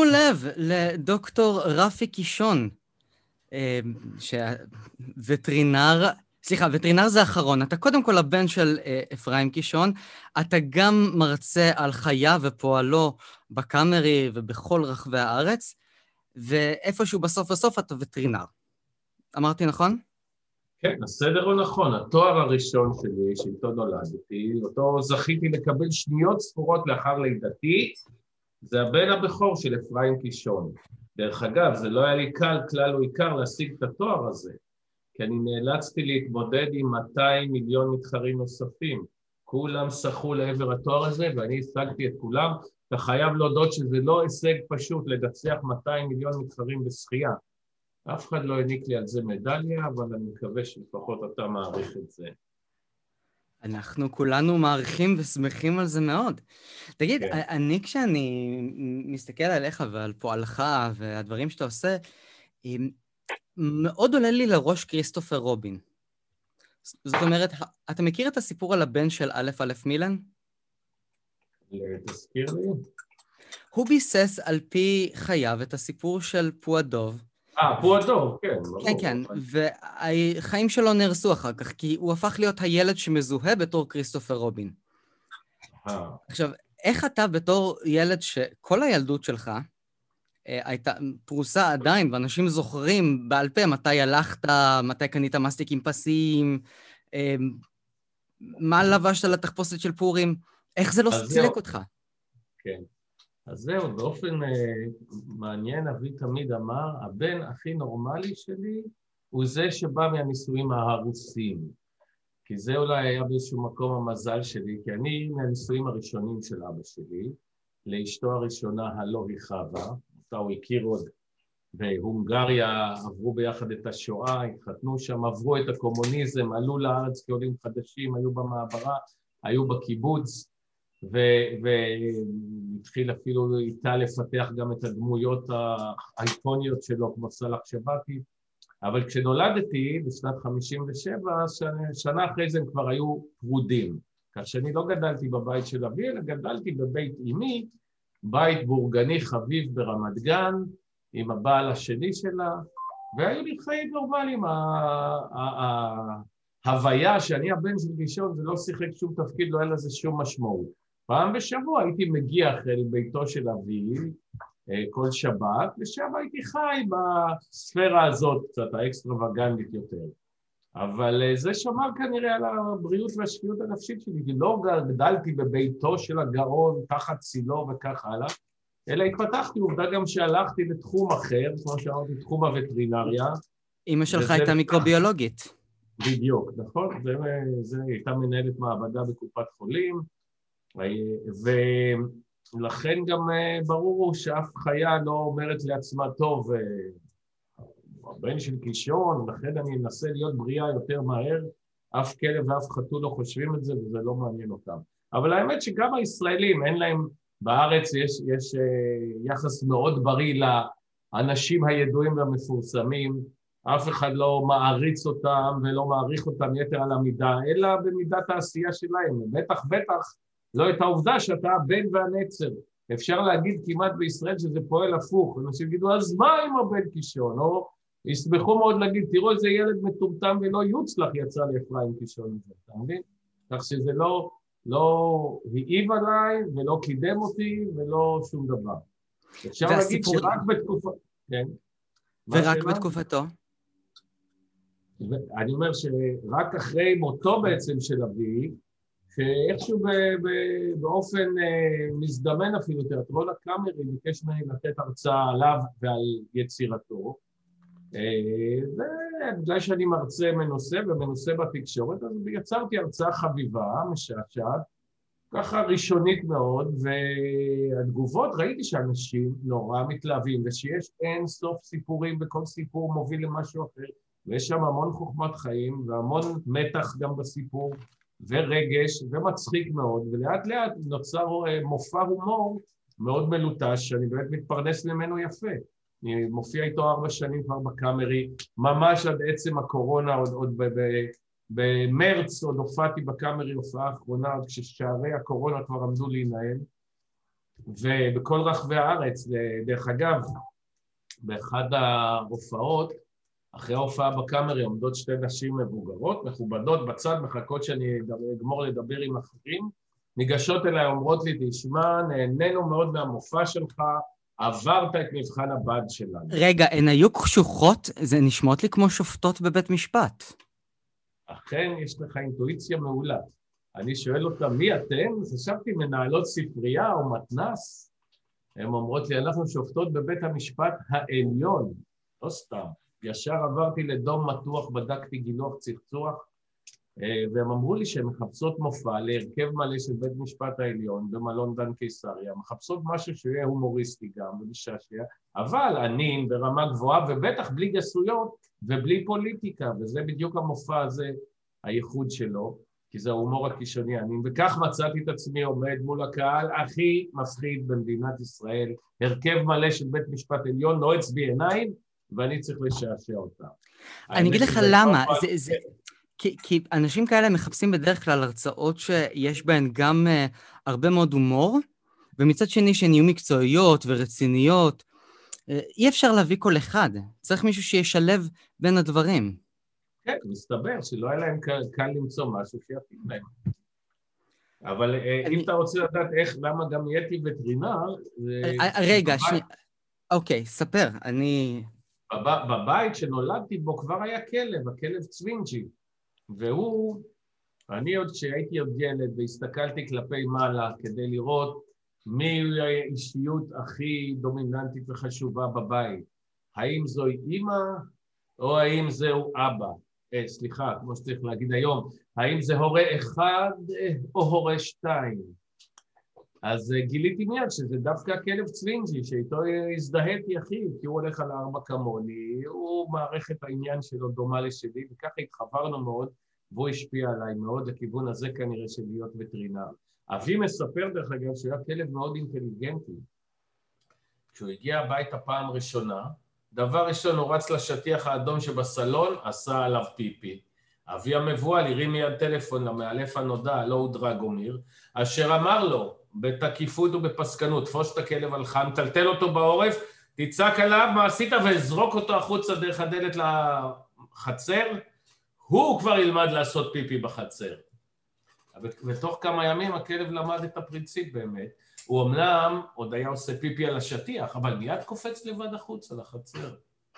שימו לב לדוקטור רפי קישון, שווטרינר, סליחה, וטרינר זה האחרון. אתה קודם כל הבן של אפרים קישון, אתה גם מרצה על חייו ופועלו בקאמרי ובכל רחבי הארץ, ואיפשהו בסוף אתה וטרינר. אמרתי נכון? כן, הסדר הוא נכון. התואר הראשון שלי, שאיתו נולדתי, אותו זכיתי לקבל שניות ספורות לאחר לידתי, זה הבן הבכור של אפרים קישון. דרך אגב, זה לא היה לי קל כלל או עיקר להשיג את התואר הזה, כי אני נאלצתי להתמודד עם 200 מיליון מתחרים נוספים. כולם שחו לעבר התואר הזה, ואני השגתי את כולם. אתה חייב להודות שזה לא הישג פשוט לנצח 200 מיליון מתחרים בשחייה. אף אחד לא העניק לי על זה מדליה, אבל אני מקווה שלפחות אתה מעריך את זה. אנחנו כולנו מעריכים ושמחים על זה מאוד. תגיד, כן. אני כשאני מסתכל עליך ועל פועלך והדברים שאתה עושה, מאוד עולה לי לראש כריסטופר רובין. זאת אומרת, אתה מכיר את הסיפור על הבן של א' מילן? תזכיר לי. הוא ביסס על פי חייו את הסיפור של פועדוב. פועדוב, כן. כן, כן, והחיים שלו נהרסו אחר כך, כי הוא הפך להיות הילד שמזוהה בתור כריסטופר רובין. עכשיו, איך אתה בתור ילד שכל הילדות שלך הייתה פרוסה עדיין, ואנשים זוכרים בעל פה מתי הלכת, מתי קנית מסטיק עם פסים, מה לבשת לתחפושת של פורים, איך זה לא צילק אותך? כן. אז זהו, באופן מעניין, אבי תמיד אמר, הבן הכי נורמלי שלי הוא זה שבא מהנישואים ההרוסים. כי זה אולי היה באיזשהו מקום המזל שלי, כי אני מהנישואים הראשונים של אבא שלי, לאשתו הראשונה הלא היא חווה, אותה הוא הכיר עוד בהונגריה, עברו ביחד את השואה, התחתנו שם, עברו את הקומוניזם, עלו לארץ כעולים חדשים, היו במעברה, היו בקיבוץ, והתחיל אפילו איתה לפתח גם את הדמויות האיקוניות שלו, כמו סלאח שבתי. אבל כשנולדתי בשנת 57, שנה אחרי זה הם כבר היו פרודים. כך שאני לא גדלתי בבית של אבי, אלא גדלתי בבית אמי, בית בורגני חביב ברמת גן, עם הבעל השני שלה, והיו לי חיים נורמליים. ההוויה שאני הבן של קישון, זה לא שיחק שום תפקיד, לא היה לזה שום משמעות. פעם בשבוע הייתי מגיע אל ביתו של אבי, כל שבת, ושם הייתי חי בספירה הזאת, קצת האקסטרווגנדית יותר. אבל זה שמר כנראה על הבריאות והשפיות הנפשית שלי, כי לא גדלתי בביתו של הגאון, תחת צילו וכך הלאה, אלא התפתחתי, עובדה גם שהלכתי לתחום אחר, כמו שאמרתי, תחום הווטרינריה. אמא שלך הייתה מיקרוביולוגית. בדיוק, נכון? זה הייתה מנהלת מעבדה בקופת חולים, ולכן גם ברור הוא שאף חיה לא אומרת לעצמה, טוב, הבן של קישון, לכן אני אנסה להיות בריאה יותר מהר, אף כלב ואף חתול לא חושבים את זה, וזה לא מעניין אותם. אבל האמת שגם הישראלים, אין להם, בארץ יש יחס מאוד בריא לאנשים הידועים והמפורסמים, אף אחד לא מעריץ אותם ולא מעריך אותם יתר על המידה, אלא במידת העשייה שלהם. בטח לא את העובדה שאתה הבן והנצר. אפשר להגיד כמעט בישראל שזה פועל הפוך. אנשים יגידו, אז מה עם הבן קישון? או ישמחו מאוד להגיד, תראו איזה ילד מטומטם ולא יוצלח יצא לאפרים קישון. אתה מבין? כך שזה לא העיב עליי ולא קידם אותי ולא שום דבר. אפשר להגיד שרק בתקופה... כן. ורק בתקופתו? אני אומר שרק אחרי מותו בעצם של אבי, שאיכשהו באופן מזדמן אפילו, תיאטרון הקאמרי ביקש ממני לתת הרצאה עליו ועל יצירתו, ובגלל שאני מרצה מנוסה ומנוסה בתקשורת, אז יצרתי הרצאה חביבה, משעשעת, ככה ראשונית מאוד, והתגובות, ראיתי שאנשים נורא מתלהבים, ושיש אין סוף סיפורים, וכל סיפור מוביל למשהו אחר, ויש שם המון חוכמת חיים, והמון מתח גם בסיפור, ורגש, ומצחיק מאוד, ולאט לאט נוצר מופע הומור מאוד מלוטש, שאני באמת מתפרנס ממנו יפה. אני מופיע איתו 4 שנים כבר בקאמרי, ממש עד עצם הקורונה, עוד במרץ עוד הופעתי בקאמרי הופעה האחרונה, עוד כששערי הקורונה כבר עמדו להינעל, ובכל רחבי הארץ, דרך אגב, באחד ההופעות, אחרי ההופעה בקאמרי עומדות שתי נשים מבוגרות, מכובדות בצד, מחכות שאני אגמור לדבר עם אחרים, ניגשות אליי, אומרות לי, תשמע, נהנינו מאוד מהמופע שלך, עברת את מבחן הבד שלנו. רגע, הן היו קשוחות? זה נשמעות לי כמו שופטות בבית משפט. אכן, יש לך אינטואיציה מעולה. אני שואל אותה, מי אתם? אז חשבתי, מנהלות ספרייה או מתנ"ס? הן אומרות לי, אנחנו שופטות בבית המשפט העליון, לא סתם. ישר עברתי לדום מתוח, בדקתי גילוח צחצוח, והם אמרו לי שהן מחפשות מופע להרכב מלא של בית משפט העליון במלון דן קיסריה, מחפשות משהו שיהיה הומוריסטי גם ומשעשע, אבל ענין ברמה גבוהה ובטח בלי גסויות ובלי פוליטיקה, וזה בדיוק המופע הזה, הייחוד שלו, כי זה ההומור הכישרוני ענין, וכך מצאתי את עצמי עומד מול הקהל הכי מפחיד במדינת ישראל, הרכב מלא של בית משפט עליון, לא הצביע עיניים, ואני צריך לשעשע אותה. אני אגיד לך למה, כי אנשים כאלה מחפשים בדרך כלל הרצאות שיש בהן גם הרבה מאוד הומור, ומצד שני שהן יהיו מקצועיות ורציניות, אי אפשר להביא כל אחד, צריך מישהו שישלב בין הדברים. כן, מסתבר שלא היה להם קל למצוא משהו שיפיל להם. אבל אם אתה רוצה לדעת איך, למה גם נהייתי וטרינר... רגע, אוקיי, ספר, אני... בבית שנולדתי בו כבר היה כלב, הכלב צווינג'י, והוא, אני עוד כשהייתי עוד ילד והסתכלתי כלפי מעלה כדי לראות מי האישיות הכי דומיננטית וחשובה בבית, האם זוהי אמא או האם זהו אבא, סליחה, כמו שצריך להגיד היום, האם זה הורה אחד או הורה שתיים. אז גיליתי מיד שזה דווקא הכלב צווינג'י, שאיתו הזדהיתי הכי, כי הוא הולך על 4 כמוני, הוא מערכת העניין שלו דומה לשלי, וככה התחברנו מאוד, והוא השפיע עליי מאוד, לכיוון הזה כנראה של להיות וטרינר. אבי מספר דרך אגב שהוא היה כלב מאוד אינטליגנטי. כשהוא הגיע הביתה פעם ראשונה, דבר ראשון הוא רץ לשטיח האדום שבסלון, עשה עליו פיפי. אבי המבועל הרים מיד טלפון למאלף הנודע, לא הוא דרגומיר, אשר אמר לו, בתקיפות ובפסקנות, תפוש את הכלב על חם, טלטל אותו בעורף, תצעק עליו מה עשית וזרוק אותו החוצה דרך הדלת לחצר, הוא כבר ילמד לעשות פיפי בחצר. ותוך כמה ימים הכלב למד את הפרינציפ באמת, הוא אמנם עוד היה עושה פיפי על השטיח, אבל מיד קופץ לבד החוצה לחצר.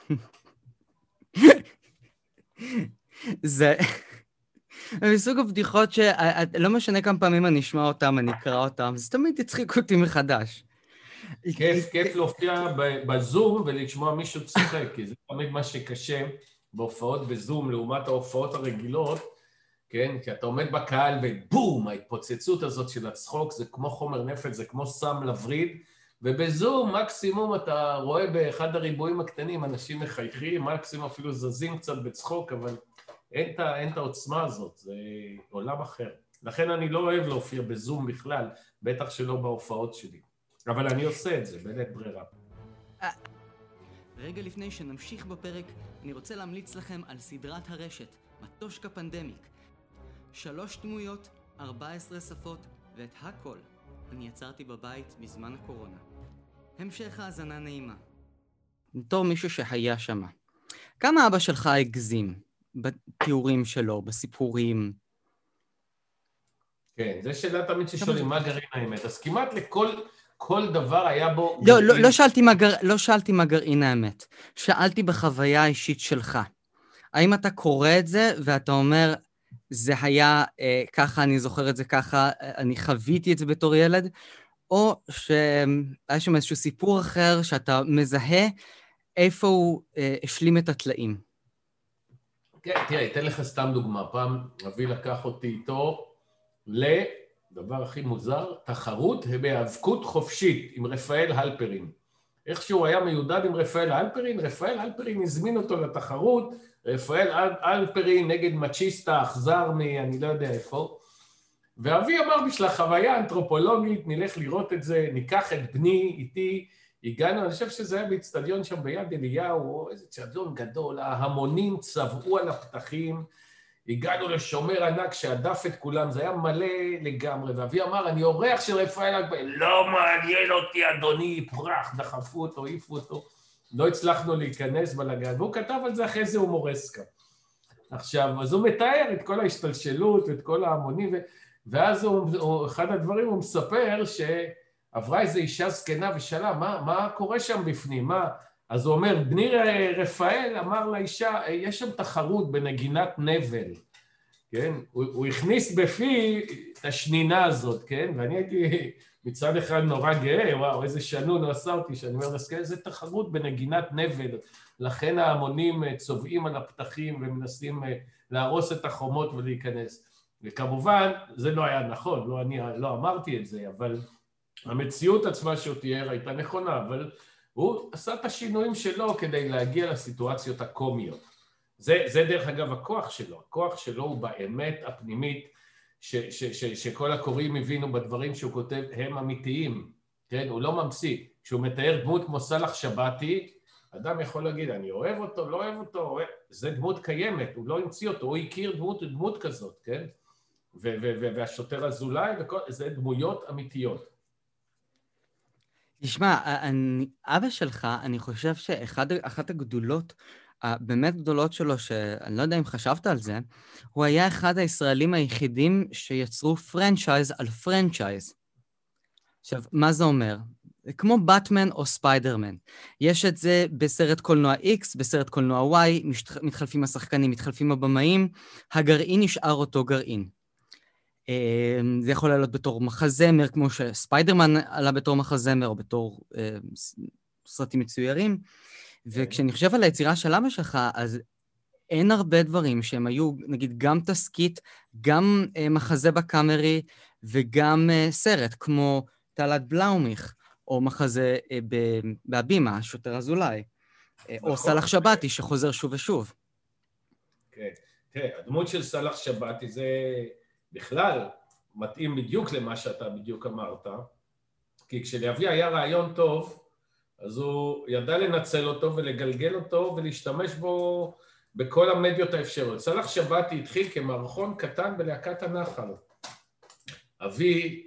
זה מסוג הבדיחות שלא משנה כמה פעמים אני אשמע אותם, אני אקרא אותם, זה תמיד יצחיק אותי מחדש. כיף להופיע בזום ולשמוע מישהו צוחק, כי זה תמיד מה שקשה בהופעות בזום לעומת ההופעות הרגילות, כן? כי אתה עומד בקהל ובום, ההתפוצצות הזאת של הצחוק, זה כמו חומר נפץ, זה כמו סם לווריד, ובזום מקסימום אתה רואה באחד הריבועים הקטנים, אנשים מחייכים, מקסימום אפילו זזים קצת בצחוק, אבל אין את העוצמה הזאת, זה עולם אחר. לכן אני לא אוהב להופיע בזום בכלל, בטח שלא בהופעות שלי. אבל אני עושה את זה, בלית ברירה. רגע לפני שנמשיך בפרק, אני רוצה להמליץ לכם על סדרת הרשת, מטושקה פנדמיק. 3 דמויות, 14 שפות, ואת הכל אני יצרתי בבית בזמן הקורונה. המשך האזנה נעימה. בתור מישהו שהיה שמה, כמה אבא שלך הגזים בתיאורים שלו, בסיפורים? כן, זו שאלה תמיד ששואלים, מה גרעין האמת? אז כמעט כל דבר היה בו... לא שאלתי מה גרעין האמת. שאלתי בחוויה האישית שלך. האם אתה קורא את זה ואתה אומר, זה היה ככה, אני זוכר את זה ככה, אני חוויתי את זה בתור ילד, או שהיה שם איזשהו סיפור אחר שאתה מזהה איפה הוא השלים את התלאים? כן, תראה, אתן לך סתם דוגמה. פעם אבי לקח אותי איתו לדבר הכי מוזר, תחרות בהיאבקות חופשית עם רפאל הלפרין. איכשהו היה מיודד עם רפאל הלפרין הזמין אותו לתחרות, רפאל הלפרין נגד מצ'יסטה, אכזר אני לא יודע איפה, ואבי אמר בשביל החוויה האנתרופולוגית, נלך לראות את זה, ניקח את בני איתי, הגענו, אני חושב שזה היה באצטדיון שם ביד אליהו, איזה צדיון גדול, ההמונים צבעו על הפתחים, הגענו לשומר ענק שהדף את כולם, זה היה מלא לגמרי, ואבי אמר, אני אורח של רפאל אגבאי, לא מעניין אותי אדוני, פרח, דחפו אותו, העיפו אותו, לא הצלחנו להיכנס בלגן, והוא כתב על זה אחרי זה הומורסקה. עכשיו, אז הוא מתאר את כל ההשתלשלות ואת כל ההמונים, ואז אחד הדברים הוא מספר שעברה איזו אישה זקנה ושאלה, מה קורה שם בפנים? אז הוא אומר, בני רפאל אמר לאישה, יש שם תחרות בנגינת נבל, כן? הוא הכניס בפי את השנינה הזאת, כן? ואני הייתי מצד אחד נורא גאה, וואו, איזה שנון הוא עשה אותי, שאני אומר, זה תחרות בנגינת נבל, לכן ההמונים צובעים על הפתחים ומנסים להרוס את החומות ולהיכנס. וכמובן, זה לא היה נכון, אני לא אמרתי את זה, אבל המציאות עצמה שהוא תיאר הייתה נכונה, אבל הוא עשה את השינויים שלו כדי להגיע לסיטואציות הקומיות. זה דרך אגב הכוח שלו הוא באמת הפנימית, שכל הקוראים הבינו בדברים שהוא כותב, הם אמיתיים, כן? הוא לא ממציא. כשהוא מתאר דמות כמו סלח שבתי, אדם יכול להגיד, אני אוהב אותו, לא אוהב אותו, זה דמות קיימת, הוא לא המציא אותו, הוא הכיר דמות כזאת, כן? והשוטר אזולאי, זה דמויות אמיתיות. תשמע, אבא שלך, אני חושב שאחת הגדולות, הבאמת גדולות שלו, שאני לא יודע אם חשבת על זה, הוא היה אחד הישראלים היחידים שיצרו פרנצ'ייז על פרנצ'ייז. עכשיו, מה זה אומר? כמו באטמן או ספיידרמן. יש את זה בסרט קולנוע X, בסרט קולנוע Y, מתחלפים השחקנים, מתחלפים הבמאים, הגרעין נשאר אותו גרעין. זה יכול לעלות בתור מחזמר, כמו שספיידרמן עלה בתור מחזמר, או בתור סרטים מצוירים. וכשאני חושב על היצירה של אבא שלך, אז אין הרבה דברים שהם היו, נגיד, גם תסקית, גם מחזה בקאמרי, וגם סרט, כמו תעלת בלאומיך, או מחזה בהבימה, שוטר אזולאי, או סלח שבתי שחוזר שוב ושוב. כן, תראה, הדמות של סלח שבתי זה בכלל מתאים בדיוק למה שאתה בדיוק אמרת, כי כשלאבי היה רעיון טוב, אז הוא ידע לנצל אותו ולגלגל אותו ולהשתמש בו בכל המדיות האפשריות. סלח שבתי התחיל כמערכון קטן בלהקת הנחל. אבי,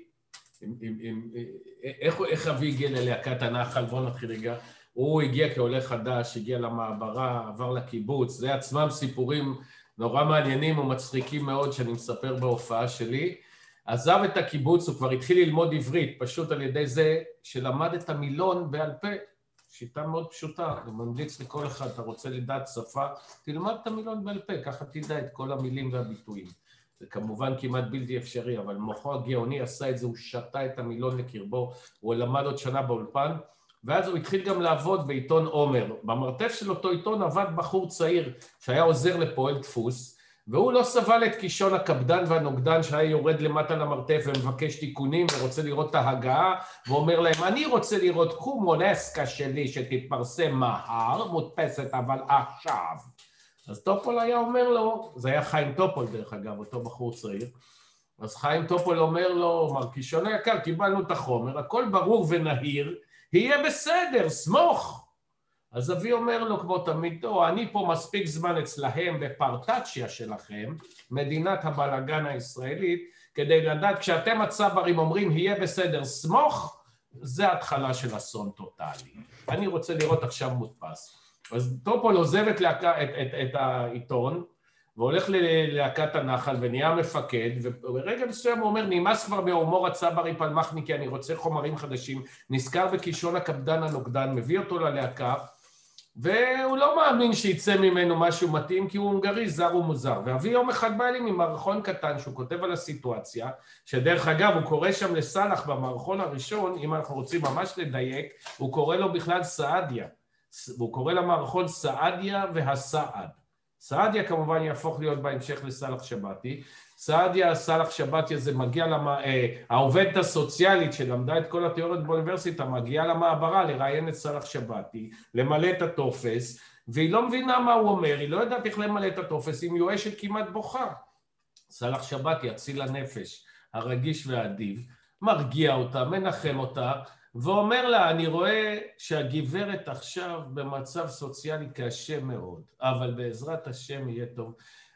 איך אבי הגיע ללהקת הנחל? בואו נתחיל רגע. הוא הגיע כעולה חדש, הגיע למעברה, עבר לקיבוץ, זה עצמם סיפורים נורא מעניינים ומצחיקים מאוד שאני מספר בהופעה שלי. עזב את הקיבוץ, הוא כבר התחיל ללמוד עברית, פשוט על ידי זה שלמד את המילון בעל פה. שיטה מאוד פשוטה, אני ממליץ לכל אחד, אתה רוצה לדעת שפה, תלמד את המילון בעל פה, ככה תדע את כל המילים והביטויים. זה כמובן כמעט בלתי אפשרי, אבל מוחו הגאוני עשה את זה, הוא שתה את המילון לקרבו, הוא למד עוד שנה באולפן, ואז הוא התחיל גם לעבוד בעיתון עומר. במרתף של אותו עיתון עבד בחור צעיר שהיה עוזר לפועל דפוס, והוא לא סבל את קישון הקפדן והנוגדן שהיה יורד למטה למרתף ומבקש תיקונים ורוצה לראות את ההגעה, ואומר להם, אני רוצה לראות קומונסקה שלי שתתפרסם מהר, מודפסת אבל עכשיו. אז טופול היה אומר לו, זה היה חיים טופול דרך אגב, אותו בחור צעיר, אז חיים טופול אומר לו, מר קישון היקר, קיבלנו את החומר, הכל ברור ונהיר, יהיה בסדר, סמוך. אז אבי אומר לו כמו תמיד, אני פה מספיק זמן אצלהם בפרטצ'יה שלכם, מדינת הבלגן הישראלית, כדי לדעת, כשאתם הצברים אומרים, יהיה בסדר, סמוך, זה התחלה של אסון טוטלי. אני רוצה לראות עכשיו מודפס. אז טופול עוזב את העיתון, והולך ללהקת הנחל ונהיה מפקד, וברגע מסוים הוא אומר, נמאס כבר בהומור הצברי פלמחניקי, אני רוצה חומרים חדשים, נזכר בקישון הקפדן הנוגדן, מביא אותו ללהקה, והוא לא מאמין שיצא ממנו משהו מתאים, כי הוא הונגרי, זר ומוזר. ואבי יום אחד בא לי ממערכון קטן, שהוא כותב על הסיטואציה, שדרך אגב, הוא קורא שם לסלח במערכון הראשון, אם אנחנו רוצים ממש לדייק, הוא קורא לו בכלל סעדיה. והוא קורא למערכון סעדיה והסעד. סעדיה כמובן יהפוך להיות בהמשך לסלח שבתי. סעדיה, סלח שבתי זה מגיע, העובדת הסוציאלית שלמדה את כל התיאוריות באוניברסיטה, מגיעה למעברה לראיין את סלח שבתי, למלא את הטופס, והיא לא מבינה מה הוא אומר, היא לא יודעת איך למלא את הטופס, היא מיואשת כמעט בוכה. סלח שבתי, אציל הנפש, הרגיש והאדיב, מרגיע אותה, מנחם אותה, ואומר לה, אני רואה שהגברת עכשיו במצב סוציאלי קשה מאוד, אבל בעזרת השם יהיה טוב.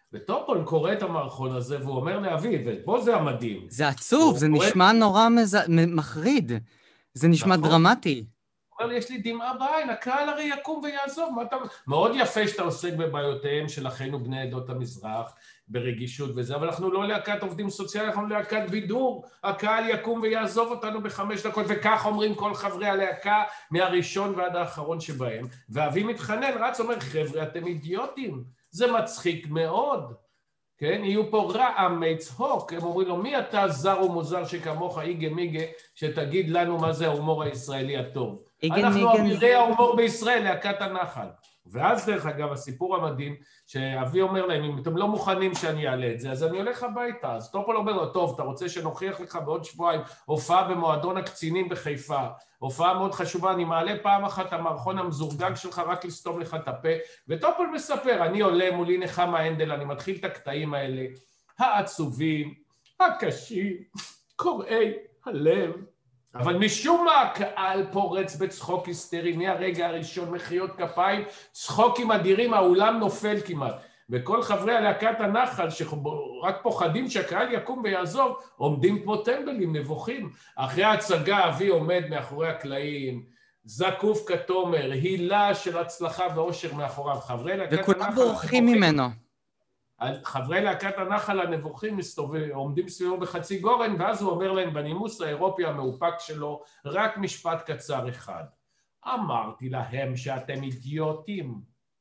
וטופול קורא את המערכון הזה, והוא אומר לאביו, ופה זה המדהים. זה עצוב, זה נשמע נורא מחריד. זה נשמע דרמטי. הוא אומר לי, יש לי דמעה בעין, הקהל הרי יקום ויעזוב. מאוד יפה שאתה עוסק בבעיותיהם של אחינו בני עדות המזרח, ברגישות וזה, אבל אנחנו לא להקת עובדים סוציאליים, אנחנו להקת בידור. הקהל יקום ויעזוב אותנו ב5 דקות, וכך אומרים כל חברי הלהקה, מהראשון ועד האחרון שבהם. ואבי מתחנן, רץ, אומר, חבר'ה, אתם אידיוטים. זה מצחיק מאוד. כן? יהיו פה רעם, צחוק, הם אומרים לו, מי אתה זר ומוזר שכמוך, איגה מיגה, שתגיד לנו מה זה ההומור הישראלי הטוב. אנחנו אבירי ההומור בישראל, להקת הנחל. ואז דרך אגב, הסיפור המדהים, שאבי אומר להם, אם אתם לא מוכנים שאני אעלה את זה, אז אני הולך הביתה. אז טופול אומר לו, טוב, אתה רוצה שנוכיח לך בעוד שבועיים, הופעה במועדון הקצינים בחיפה, הופעה מאוד חשובה, אני מעלה פעם אחת המערכון המזורגג שלך, רק לסתום לך את הפה, וטופול מספר, אני עולה מולי נחמה הנדל, אני מתחיל את הקטעים האלה, העצובים, הקשים, קוראי הלב, אבל משום מה הקהל פורץ בצחוק היסטרי, מהרגע הראשון מחיאות כפיים, צחוקים אדירים, האולם נופל כמעט. וכל חברי הלהקת הנחל שרק פוחדים שהקהל יקום ויעזוב, עומדים פה טמבלים, נבוכים. אחרי ההצגה אבי עומד מאחורי הקלעים, זקוף כתומר, הילה של הצלחה ואושר מאחוריו. חברי להקת הנחל... וכולם בורחים ממנו. חברי להקת הנחל הנבוכים עומדים סביבו בחצי גורן, ואז הוא אומר להם בנימוס האירופי המאופק שלו, רק משפט קצר אחד. אמרתי להם שאתם אידיוטים.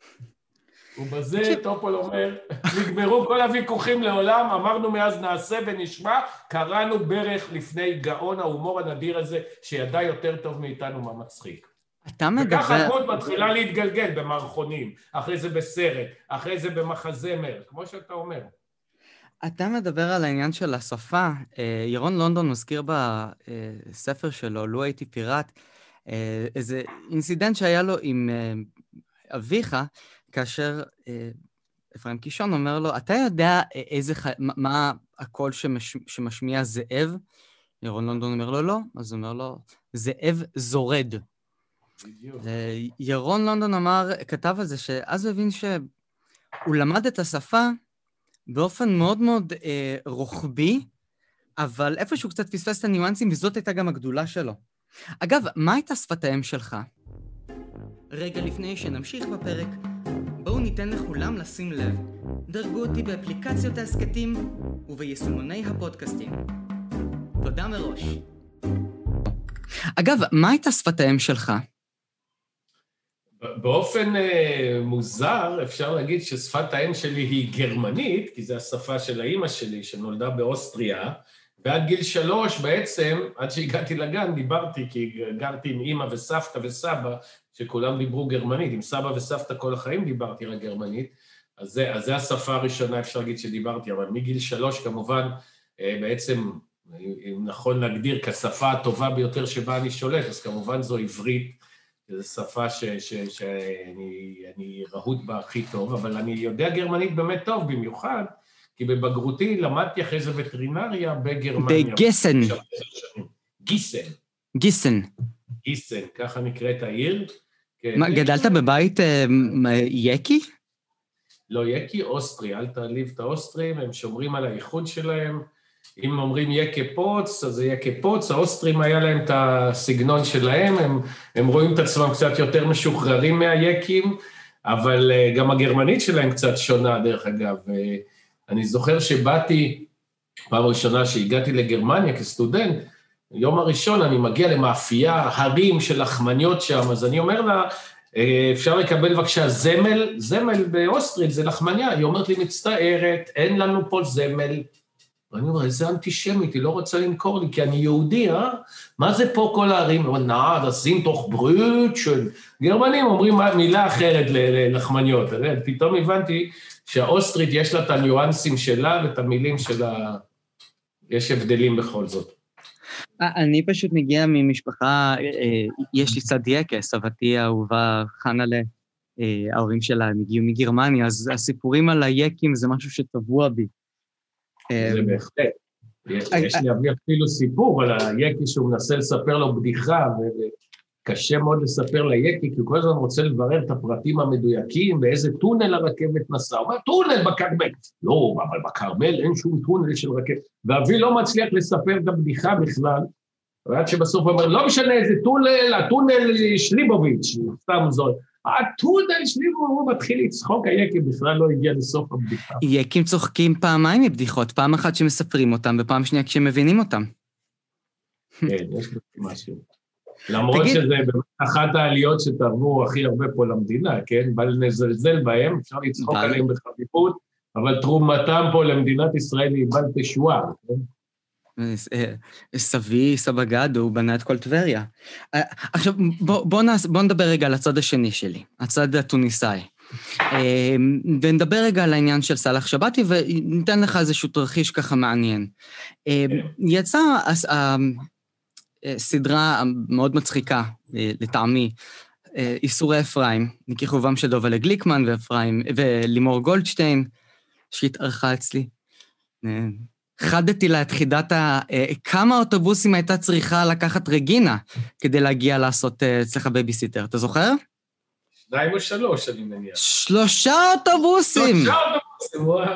ובזה טופול אומר, נגמרו כל הוויכוחים לעולם, אמרנו מאז נעשה ונשמע, קראנו ברך לפני גאון ההומור הנדיר הזה, שידע יותר טוב מאיתנו מה מצחיק. וככה הדמות מתחילה להתגלגל במערכונים, אחרי זה בסרט, אחרי זה במחזמר, כמו שאתה אומר. אתה מדבר על העניין של השפה. ירון לונדון מזכיר בספר שלו, לו הייתי פיראט, איזה אינסידנט שהיה לו עם אביך, כאשר אפרים קישון אומר לו, אתה יודע מה הקול שמשמיע זאב? ירון לונדון אומר לו, לא. אז הוא אומר לו, זאב זורד. ירון לונדון כתב על זה, שאז הוא הבין שהוא למד את השפה באופן מאוד מאוד רוחבי, אבל איפשהו קצת פספס את הניואנסים, וזאת הייתה גם הגדולה שלו. אגב, מה הייתה שפת האם שלך? רגע לפני שנמשיך בפרק, בואו ניתן לכולם לשים לב. דרגו אותי באפליקציות ההסקטים וביישומוני הפודקאסטים. תודה מראש. אגב, מה הייתה שפת האם שלך? באופן מוזר אפשר להגיד ששפת האם שלי היא גרמנית, כי זו השפה של האמא שלי שנולדה באוסטריה, ועד גיל 3 בעצם, עד שהגעתי לגן, דיברתי, כי גרתי עם אמא וסבתא וסבא, שכולם דיברו גרמנית, עם סבא וסבתא כל החיים דיברתי רק גרמנית, אז זה השפה הראשונה אפשר להגיד שדיברתי, אבל מגיל 3 כמובן, בעצם, אם נכון להגדיר כשפה הטובה ביותר שבה אני שולט, אז כמובן זו עברית, זו שפה שאני רהוט בה הכי טוב, אבל אני יודע גרמנית באמת טוב, במיוחד, כי בבגרותי למדתי אחרי זה וטרינריה בגרמניה. בגיסן. גיסן. גיסן. גיסן, ככה נקראת העיר. מה, גדלת בבית יקי? לא יקי, אוסטרי, אל תעליב את האוסטרים, הם שומרים על הייחוד שלהם. אם אומרים יקה פוץ, אז זה יקה פוץ, האוסטרים היה להם את הסגנון שלהם, הם רואים את עצמם קצת יותר משוחררים מהיקים, אבל גם הגרמנית שלהם קצת שונה דרך אגב. אני זוכר שבאתי, פעם ראשונה שהגעתי לגרמניה כסטודנט, יום הראשון אני מגיע למאפייה, הרים של לחמניות שם, אז אני אומר לה, אפשר לקבל בבקשה זמל באוסטרית, זה לחמניה, היא אומרת לי מצטערת, אין לנו פה זמל, ואני אומר, איזה אנטישמית, היא לא רוצה למכור לי, כי אני יהודי, מה זה פה כל הערים? הוא אומר, das sind doch Brötchen. גרמנים אומרים מילה אחרת ללחמניות, פתאום הבנתי שהאוסטרית יש לה את הניואנסים שלה, ואת המילים שלה, יש הבדלים בכל זאת. אני פשוט מגיע ממשפחה, יש לי צד יקה, סבתי האהובה חנלה, ההורים שלה, הם הגיעו מגרמניה, אז הסיפורים על היקים זה משהו שטבוע בי. זה בהחלט. יש לי אפילו סיפור על היקי שהוא מנסה לספר לו בדיחה, קשה מאוד לספר ליקי, כי הוא כל הזמן רוצה לברר את הפרטים המדויקים, ואיזה טונל הרכבת נסע. הוא אומר, טונל בכרמל. לא, אבל בכרמל אין שום טונל של רכבת. ואבי לא מצליח לספר את הבדיחה בכלל, ועד שבסוף הוא אומר, לא משנה איזה טונל, הטונל שליבוביץ', סתם זו. הטונל שליבוביץ', הוא מתחיל לצחוק, היקי בכלל לא הגיע לסוף הבדיחה. יקים צוחקים פעמיים מבדיחות, פעם אחת שמספרים אותם, ופעם שנייה כשמבינים אותם. כן, יש משהו. למרות שזה באמת אחת העליות שתרמו הכי הרבה פה למדינה, כן? בא לנזלזל בהם, אפשר לצחוק עליהם בחביבות, אבל תרומתם פה למדינת ישראל היא בל תשוע, כן? סבי, סבגד, הוא בנה את כל טבריה. עכשיו, בוא נדבר רגע על הצד השני שלי, הצד התוניסאי. ונדבר רגע על העניין של סלאח שבתי, וניתן לך איזשהו תרחיש ככה מעניין. יצא סדרה מאוד מצחיקה, לטעמי, איסורי אפרים, מכיכובם של דובלה גליקמן ולימור גולדשטיין, שהתארחה אצלי. חדתי לה את חידת כמה אוטובוסים הייתה צריכה לקחת רגינה, כדי להגיע לעשות אצלך בייביסיטר. אתה זוכר? 2 או 3, אני מניח. 3 אוטובוסים! 3 אוטובוסים, וואו.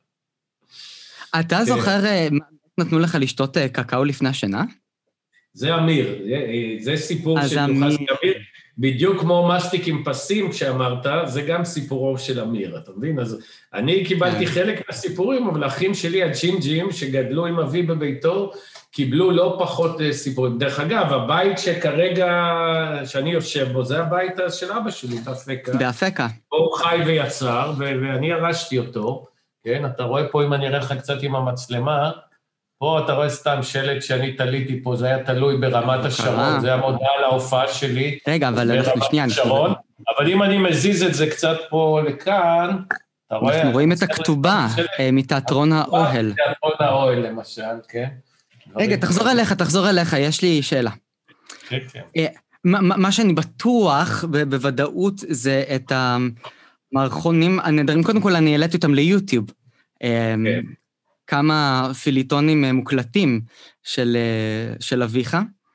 אתה זוכר מה נתנו לך לשתות קקאו לפני השינה? זה אמיר, זה סיפור של יוחס אמיר, בדיוק כמו מסטיק עם פסים כשאמרת, זה גם סיפורו של אמיר, אתה מבין? אז אני קיבלתי חלק מהסיפורים, אבל האחים שלי, הג'ינג'ים, שגדלו עם אבי בביתו, קיבלו לא פחות סיפורים. דרך אגב, הבית שכרגע, שאני יושב בו, זה הבית של אבא שלי, באפקה. באפקה. הוא חי ויצר, ואני הרשתי אותו, כן? אתה רואה פה, אם אני אראה לך קצת עם המצלמה, פה אתה רואה סתם שלט שאני תליתי פה, זה היה תלוי ברמת השרון, זה המודעה להופעה שלי. רגע, אבל שנייה. אבל אם אני מזיז את זה קצת פה לכאן, אתה רואה... אנחנו רואים את הכתובה מתיאטרון האוהל. מתיאטרון האוהל למשל, כן. רגע, תחזור אליך, יש לי שאלה. כן, כן. מה שאני בטוח בוודאות זה את המערכונים הנדרים, קודם כל אני העליתי אותם ליוטיוב. כן. כמה פיליטונים מוקלטים של אביך.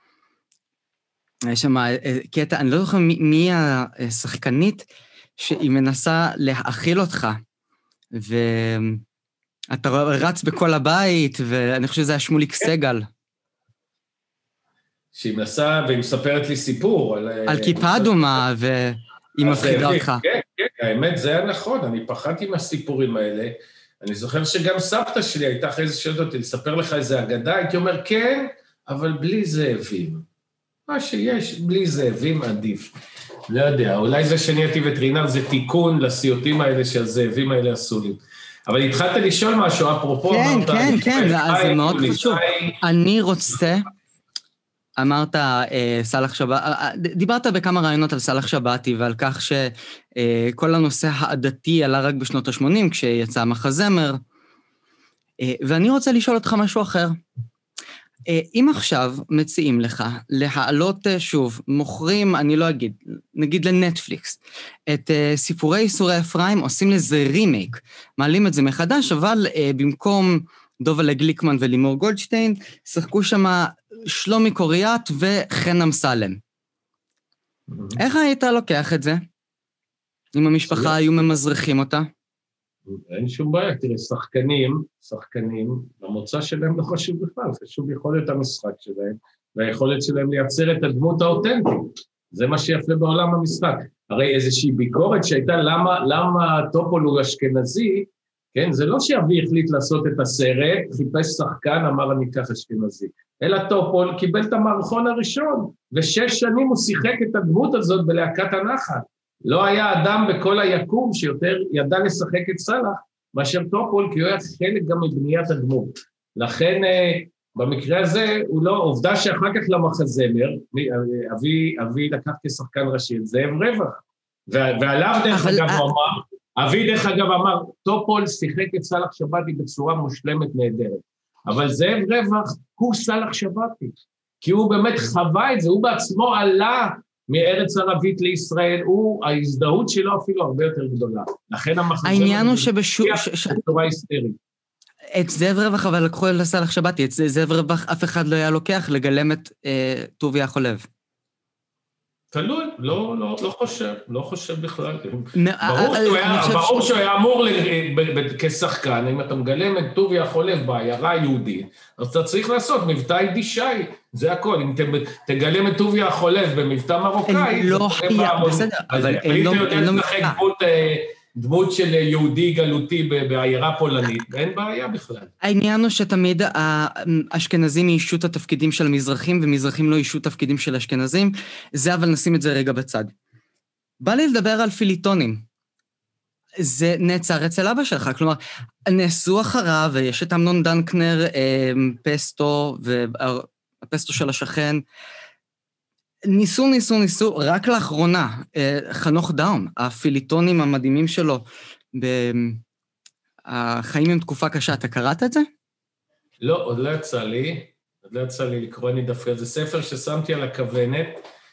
יש שם קטע, אני לא זוכר מי השחקנית שהיא מנסה להאכיל אותך, ואתה רץ בכל הבית, ואני חושב שזה היה שמוליק סגל. שהיא מנסה, והיא מספרת לי סיפור. על כיפה אדומה, והיא מפחידה אותך. כן, כן, האמת זה היה נכון, אני פחדתי מהסיפורים האלה, אני זוכר שגם סבתא שלי הייתה אחרי זה שואלת אותי, לספר לך איזה אגדה, הייתי אומר, כן, אבל בלי זאבים. מה שיש, בלי זאבים עדיף. לא יודע, אולי זה שאני הייתי וטרינר, זה תיקון לסיוטים האלה שהזאבים האלה עשו לי. אבל התחלת לשאול משהו, אפרופו, כן, זה מאוד חשוב. אני רוצה, אמרת סלאח שבתי, דיברת בכמה רעיונות על סלאח שבתי, ועל כך שכל הנושא העדתי עלה רק בשנות ה-80, כשיצא מחזמר, ואני רוצה לשאול אותך משהו אחר. אם עכשיו מציעים לך להעלות שוב, מוכרים, אני לא אגיד, נגיד לנטפליקס, את סיפורי איסורי אפרים, עושים לזה רימייק, מעלים את זה מחדש, אבל במקום דובלה גליקמן ולימור גולדשטיין, שחקו שמה שלומי קוריאט וחן אמסלם. איך היית לוקח את זה? אם המשפחה היו ממזרחים אותה? אין שום בעיה, תראה, שחקנים, המוצא שלהם לא חשוב בכלל, חשוב יכולת המשחק שלהם, והיכולת שלהם לייצר את הדמות האותנטית. זה מה שיפה בעולם המשחק. הרי איזושהי ביקורת שהייתה, למה טופול הוא אשכנזי, כן? זה לא שאבי החליט לעשות את הסרט, חיפש שחקן, אמר אני כך אשכנזי. אלא טופול קיבל את המערכון הראשון, ו6 שנים הוא שיחק את הדמות הזאת בלהקת הנחל. לא היה אדם בכל היקום שיותר ידע לשחק את סלאח, מאשר טופול, כי הוא היה חלק גם מבניית הדמות. לכן, במקרה הזה, הוא לא, עובדה שאחר כך למחזמר, אבי לקח כשחקן ראשי, זאב רווח. ועליו דרך אגב הוא אמר, אבי דרך אגב אמר, טופול שיחק את סלאח שבתי בצורה מושלמת נהדרת. אבל זאב רווח הוא סלאח שבתי, כי הוא באמת חווה את זה, הוא בעצמו עלה מארץ ערבית לישראל, ההזדהות שלו אפילו הרבה יותר גדולה. לכן המחזמר... העניין הוא בצורה היסטרית. את זאב רווח, אבל לקחו את סלאח שבתי, את זאב רווח אף אחד לא היה לוקח לגלם את טוביה חולב. תלוי, לא חושב בכלל. ברור שהוא היה אמור כשחקן, אם אתה מגלם את טוביה החולב בעיירה היהודית, אז אתה צריך לעשות מבטא יידישאי, זה הכל. אם תגלם את טוביה החולב במבטא מרוקאי, לא היה, בסדר, אבל אין לו מבטא. דמות של יהודי גלותי בעיירה פולנית, אין בעיה בכלל. העניין הוא שתמיד האשכנזים יישו את התפקידים של המזרחים, ומזרחים לא יישו תפקידים של אשכנזים, זה אבל נשים את זה רגע בצד. בא לי לדבר על פיליטונים. זה נעצר אצל אבא שלך, כלומר, נעשו אחריו, ויש את אמנון דנקנר, פסטו, והפסטו של השכן, ניסו, רק לאחרונה, חנוך דאום, הפיליטונים המדהימים שלו, החיים עם תקופה קשה, אתה קראת את זה? לא, עוד לא יצא לי לקרוא, אני דווקא, זה ספר ששמתי על הכוונת,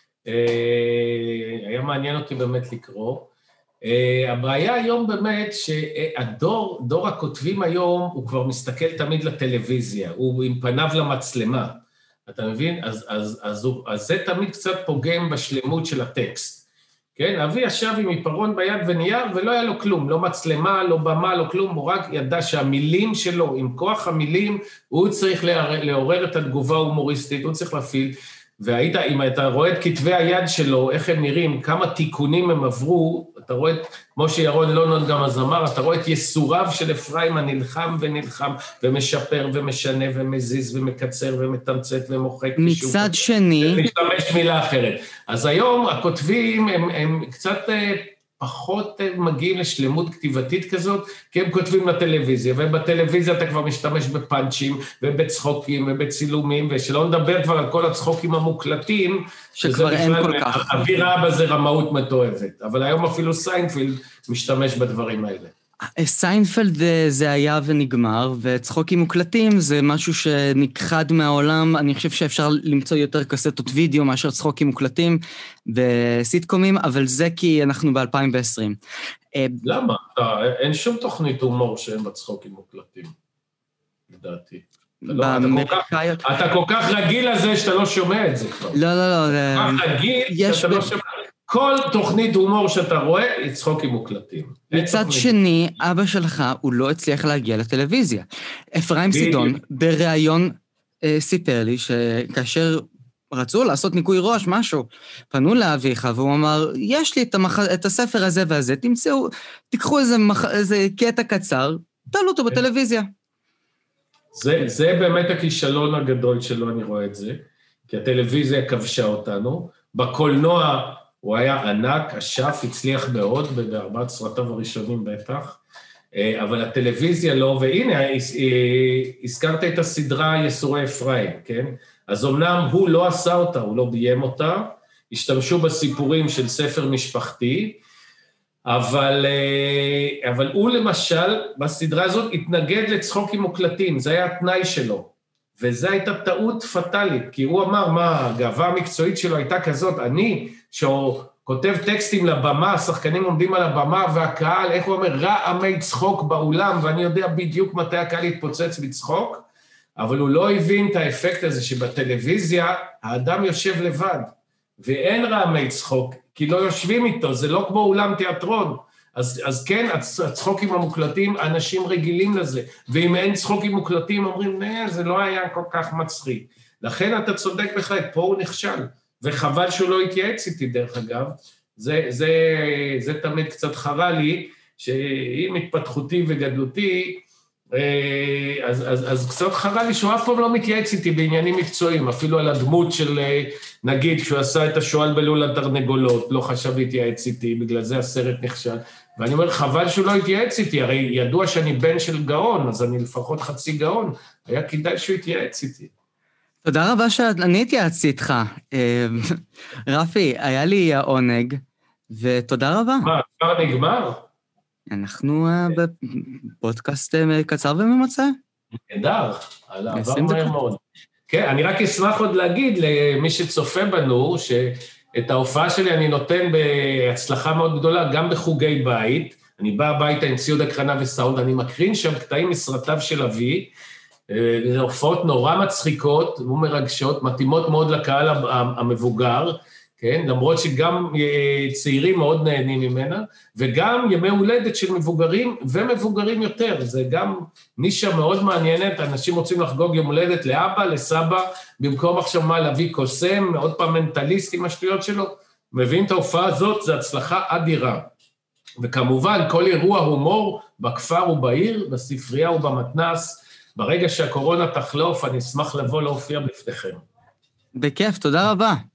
היה מעניין אותי באמת לקרוא. הבעיה היום באמת דור הכותבים היום, הוא כבר מסתכל תמיד לטלוויזיה, הוא עם פניו למצלמה, אתה מבין? אז זה תמיד קצת פוגם בשלמות של הטקסט. כן? אבי ישב עם עיפרון ביד ונייר, ולא היה לו כלום, לא מצלמה, לא במה, לא כלום, הוא רק ידע שהמילים שלו, עם כוח המילים, הוא צריך לעורר את התגובה ההומוריסטית, הוא צריך להפעיל, אם אתה רואה את כתבי היד שלו, איך הם נראים, כמה תיקונים הם עברו, אתה רואה, כמו שירון לונדון גם אז אמר, אתה רואה את יסוריו של אפרים הנלחם ונלחם, ומשפר ומשנה ומזיז ומקצר ומתמצת ומוחק. מצד שני... ומשתמש מילה אחרת. אז היום הכותבים הם קצת פחות מגיעים לשלמות כתיבתית כזאת, כי הם כותבים לטלוויזיה, ובטלוויזיה אתה כבר משתמש בפאנצ'ים, ובצחוקים, ובצילומים, ושלא נדבר כבר על כל הצחוקים המוקלטים, שכבר אין כל כך. אוויר ראה בזה רמאות מתועבת, אבל היום אפילו סיינפלד משתמש בדברים האלה. סיינפלד זה היה ונגמר, וצחוקים מוקלטים זה משהו שנכחד מהעולם, אני חושב שאפשר למצוא יותר קסטות וידאו מאשר צחוקים מוקלטים וסיטקומים, אבל זה כי אנחנו ב-2020. למה? אין שום תוכנית הומור שאין בצחוקים מוקלטים, לדעתי. אתה כל כך רגיל לזה שאתה לא שומע את זה כבר. לא. כל כך רגיל שאתה לא שומע. כל תוכנית הומור שאתה רואה, היא צחוקים מוקלטים. מצד שני, אבא שלך, הוא לא הצליח להגיע לטלוויזיה. אפרים סידון, בריאיון סיפר לי, שכאשר רצו לעשות ניקוי ראש, משהו, פנו לאביך, והוא אמר, יש לי את הספר הזה והזה, תיקחו איזה קטע קצר, תעלו אותו בטלוויזיה. זה באמת הכישלון הגדול שלו, אני רואה את זה, כי הטלוויזיה כבשה אותנו, בקולנוע, הוא היה ענק, השף הצליח מאוד, בארבעת סרטיו הראשונים בטח, אבל הטלוויזיה לא, והנה, הזכרת את הסדרה יסורי אפרים, כן? אז אמנם הוא לא עשה אותה, הוא לא ביים אותה, השתמשו בסיפורים של ספר משפחתי, אבל הוא למשל, בסדרה הזאת, התנגד לצחוקים מוקלטים, זה היה התנאי שלו, וזו הייתה טעות פטלית, כי הוא אמר, מה, הגאווה המקצועית שלו הייתה כזאת, שהוא כותב טקסטים לבמה, השחקנים עומדים על הבמה, והקהל, איך הוא אומר, רעמי צחוק באולם, ואני יודע בדיוק מתי הקהל יתפוצץ בצחוק, אבל הוא לא הבין את האפקט הזה שבטלוויזיה, האדם יושב לבד, ואין רעמי צחוק, כי לא יושבים איתו, זה לא כמו אולם תיאטרון, אז כן, הצחוקים המוקלטים, אנשים רגילים לזה, ואם אין צחוקים מוקלטים, אומרים, זה לא היה כל כך מצחיק. לכן אתה צודק בכלל, פה הוא נכשל, וחבל שהוא לא התייעץ איתי דרך אגב, זה תמיד קצת חרה לי, שעם התפתחותי וגדלותי, אז קצת חרה לי שהוא אף פעם לא מתייעץ איתי בעניינים מקצועיים, אפילו על הדמות של, נגיד, כשהוא עשה את השואל בלול התרנגולות, לא חשב להתייעץ איתי, בגלל זה הסרט נכשל, ואני אומר, חבל שהוא לא התייעץ איתי, הרי ידוע שאני בן של גאון, אז אני לפחות חצי גאון, היה כדאי שהוא התייעץ איתי. תודה רבה שאני התייעצתי איתך. רפי, היה לי העונג, ותודה רבה. מה, כבר נגמר? אנחנו בפודקאסט קצר וממצא. נהדר, על העבר מהר מאוד. כן, אני רק אשמח עוד להגיד למי שצופה בנו, שאת ההופעה שלי אני נותן בהצלחה מאוד גדולה, גם בחוגי בית, אני בא הביתה עם ציוד הקרנה וסאונד, אני מקרין שם קטעים מסרטיו של אבי, זה הופעות נורא מצחיקות ומרגשות, מתאימות מאוד לקהל המבוגר, כן? למרות שגם צעירים מאוד נהנים ממנה, וגם ימי הולדת של מבוגרים ומבוגרים יותר, זה גם נישה מאוד מעניינת, אנשים רוצים לחגוג יום הולדת לאבא, לסבא, במקום עכשיו מה להביא קוסם, עוד פעם מנטליסט עם השטויות שלו, מבין את ההופעה הזאת, זה הצלחה אדירה. וכמובן, כל אירוע הומור בכפר ובעיר, בספרייה ובמתנ"ס, ברגע שהקורונה תחלוף, אני אשמח לבוא להופיע בפניכם. בכיף, תודה רבה.